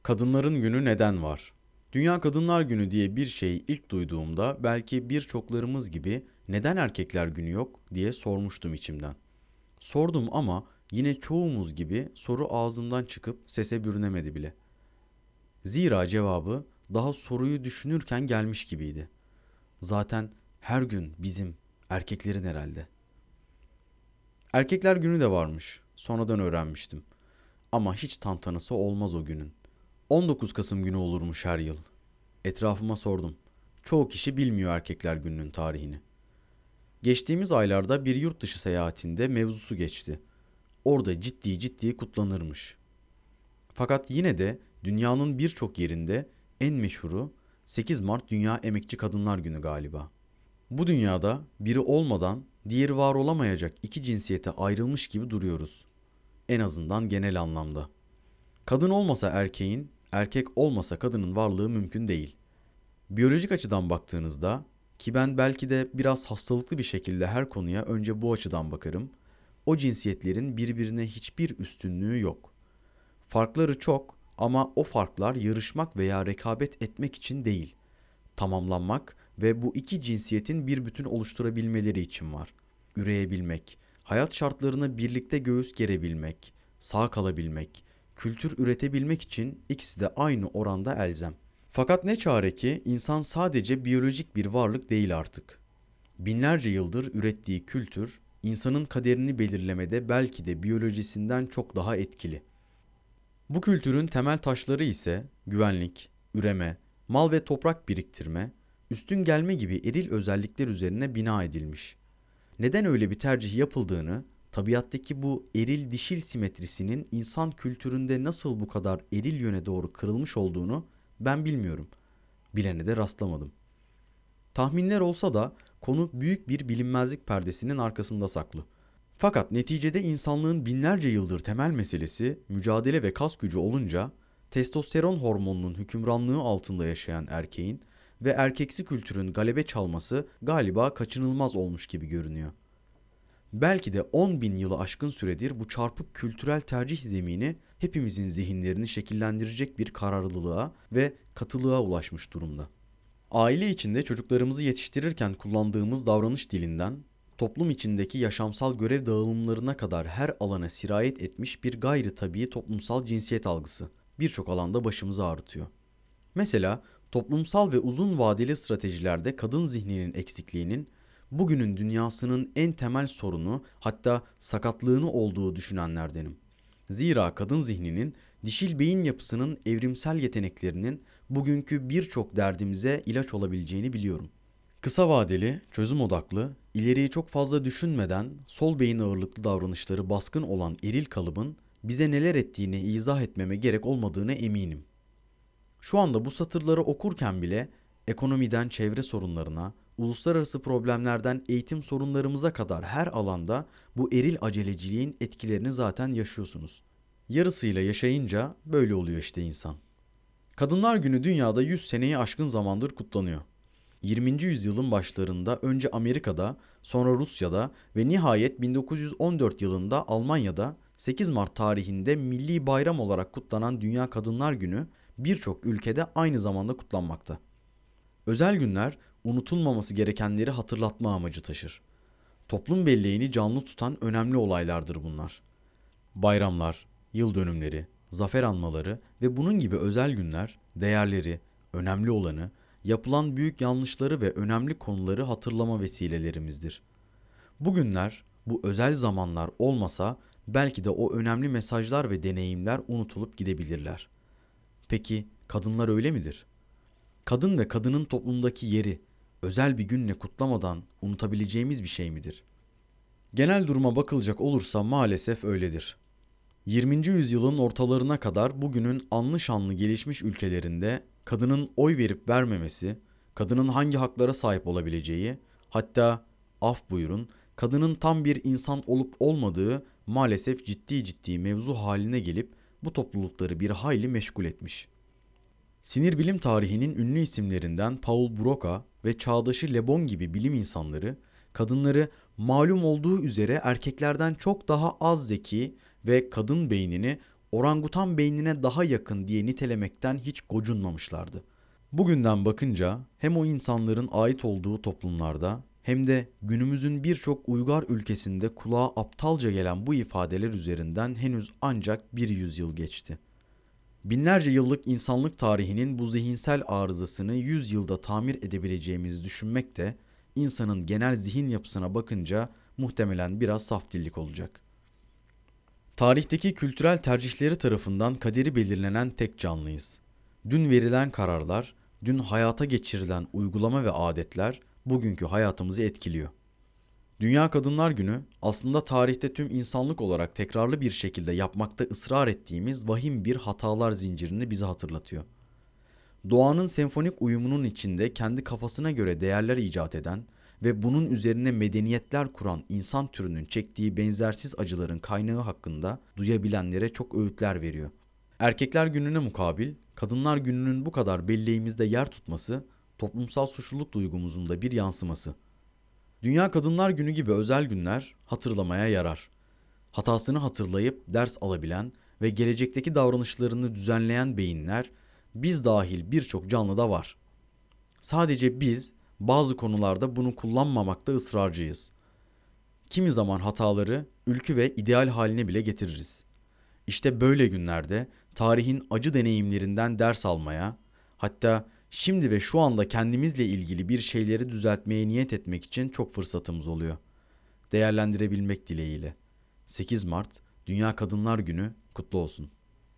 Kadınların Günü neden var? Dünya Kadınlar Günü diye bir şeyi ilk duyduğumda belki birçoklarımız gibi neden Erkekler Günü yok diye sormuştum içimden. Sordum ama yine çoğumuz gibi soru ağzımdan çıkıp sese bürünemedi bile. Zira cevabı daha soruyu düşünürken gelmiş gibiydi. Zaten her gün bizim erkeklerin herhalde. Erkekler Günü de varmış. Sonradan öğrenmiştim. Ama hiç tantanası olmaz o günün. 19 Kasım günü olurmuş her yıl. Etrafıma sordum. Çoğu kişi bilmiyor Erkekler Günü'nün tarihini. Geçtiğimiz aylarda bir yurt dışı seyahatinde mevzusu geçti. Orada ciddi ciddi kutlanırmış. Fakat yine de dünyanın birçok yerinde en meşhuru 8 Mart Dünya Emekçi Kadınlar Günü galiba. Bu dünyada biri olmadan diğeri var olamayacak iki cinsiyete ayrılmış gibi duruyoruz. En azından genel anlamda. Kadın olmasa erkeğin, erkek olmasa kadının varlığı mümkün değil. Biyolojik açıdan baktığınızda ki ben belki de biraz hastalıklı bir şekilde her konuya önce bu açıdan bakarım. O cinsiyetlerin birbirine hiçbir üstünlüğü yok. Farkları çok ama o farklar yarışmak veya rekabet etmek için değil, tamamlanmak ve bu iki cinsiyetin bir bütün oluşturabilmeleri için var. Üreyebilmek, hayat şartlarına birlikte göğüs gerebilmek, sağ kalabilmek, kültür üretebilmek için ikisi de aynı oranda elzem. Fakat ne çare ki insan sadece biyolojik bir varlık değil artık. Binlerce yıldır ürettiği kültür, insanın kaderini belirlemede belki de biyolojisinden çok daha etkili. Bu kültürün temel taşları ise güvenlik, üreme, mal ve toprak biriktirme, üstün gelme gibi eril özellikler üzerine bina edilmiş. Neden öyle bir tercih yapıldığını, tabiattaki bu eril dişil simetrisinin insan kültüründe nasıl bu kadar eril yöne doğru kırılmış olduğunu ben bilmiyorum. Bilene de rastlamadım. Tahminler olsa da konu büyük bir bilinmezlik perdesinin arkasında saklı. Fakat neticede insanlığın binlerce yıldır temel meselesi mücadele ve kas gücü olunca testosteron hormonunun hükümranlığı altında yaşayan erkeğin ve erkeksi kültürün galebe çalması galiba kaçınılmaz olmuş gibi görünüyor. Belki de 10 bin yılı aşkın süredir bu çarpık kültürel tercih zemini hepimizin zihinlerini şekillendirecek bir kararlılığa ve katılığa ulaşmış durumda. Aile içinde çocuklarımızı yetiştirirken kullandığımız davranış dilinden, toplum içindeki yaşamsal görev dağılımlarına kadar her alana sirayet etmiş bir gayri tabii toplumsal cinsiyet algısı birçok alanda başımızı ağrıtıyor. Mesela toplumsal ve uzun vadeli stratejilerde kadın zihninin eksikliğinin bugünün dünyasının en temel sorunu hatta sakatlığını olduğu düşünenlerdenim. Zira kadın zihninin dişil beyin yapısının evrimsel yeteneklerinin bugünkü birçok derdimize ilaç olabileceğini biliyorum. Kısa vadeli, çözüm odaklı, ileriyi çok fazla düşünmeden sol beyin ağırlıklı davranışları baskın olan eril kalıbın bize neler ettiğini izah etmeme gerek olmadığını eminim. Şu anda bu satırları okurken bile ekonomiden çevre sorunlarına, uluslararası problemlerden eğitim sorunlarımıza kadar her alanda bu eril aceleciliğin etkilerini zaten yaşıyorsunuz. Yarısıyla yaşayınca böyle oluyor işte insan. Kadınlar Günü dünyada 100 seneyi aşkın zamandır kutlanıyor. 20. yüzyılın başlarında önce Amerika'da, sonra Rusya'da ve nihayet 1914 yılında Almanya'da 8 Mart tarihinde milli bayram olarak kutlanan Dünya Kadınlar Günü birçok ülkede aynı zamanda kutlanmakta. Özel günler unutulmaması gerekenleri hatırlatma amacı taşır. Toplum belleğini canlı tutan önemli olaylardır bunlar. Bayramlar, yıl dönümleri, zafer anmaları ve bunun gibi özel günler değerleri, önemli olanı, yapılan büyük yanlışları ve önemli konuları hatırlama vesilelerimizdir. Bugünler, bu özel zamanlar olmasa belki de o önemli mesajlar ve deneyimler unutulup gidebilirler. Peki kadınlar öyle midir? Kadın ve kadının toplumdaki yeri özel bir günle kutlamadan unutabileceğimiz bir şey midir? Genel duruma bakılacak olursa maalesef öyledir. 20. yüzyılın ortalarına kadar bugünün anlı şanlı gelişmiş ülkelerinde kadının oy verip vermemesi, kadının hangi haklara sahip olabileceği, hatta af buyurun, kadının tam bir insan olup olmadığı maalesef ciddi ciddi mevzu haline gelip bu toplulukları bir hayli meşgul etmiş. Sinir bilim tarihinin ünlü isimlerinden Paul Broca ve çağdaşı Le Bon gibi bilim insanları, kadınları malum olduğu üzere erkeklerden çok daha az zeki ve kadın beynini orangutan beynine daha yakın diye nitelemekten hiç gocunmamışlardı. Bugünden bakınca hem o insanların ait olduğu toplumlarda hem de günümüzün birçok uygar ülkesinde kulağa aptalca gelen bu ifadeler üzerinden henüz ancak bir yüzyıl geçti. Binlerce yıllık insanlık tarihinin bu zihinsel arızasını 100 yılda tamir edebileceğimizi düşünmek de insanın genel zihin yapısına bakınca muhtemelen biraz saf dillik olacak. Tarihteki kültürel tercihleri tarafından kaderi belirlenen tek canlıyız. Dün verilen kararlar, dün hayata geçirilen uygulama ve adetler bugünkü hayatımızı etkiliyor. Dünya Kadınlar Günü aslında tarihte tüm insanlık olarak tekrarlı bir şekilde yapmakta ısrar ettiğimiz vahim bir hatalar zincirini bize hatırlatıyor. Doğanın senfonik uyumunun içinde kendi kafasına göre değerler icat eden ve bunun üzerine medeniyetler kuran insan türünün çektiği benzersiz acıların kaynağı hakkında duyabilenlere çok öğütler veriyor. Erkekler Günü'ne mukabil, Kadınlar Günü'nün bu kadar belleğimizde yer tutması, toplumsal suçluluk duygumuzun da bir yansıması. Dünya Kadınlar Günü gibi özel günler hatırlamaya yarar. Hatasını hatırlayıp ders alabilen ve gelecekteki davranışlarını düzenleyen beyinler biz dahil birçok canlıda var. Sadece biz bazı konularda bunu kullanmamakta ısrarcıyız. Kimi zaman hataları ülkü ve ideal haline bile getiririz. İşte böyle günlerde tarihin acı deneyimlerinden ders almaya, hatta şimdi ve şu anda kendimizle ilgili bir şeyleri düzeltmeye niyet etmek için çok fırsatımız oluyor. Değerlendirebilmek dileğiyle. 8 Mart Dünya Kadınlar Günü kutlu olsun.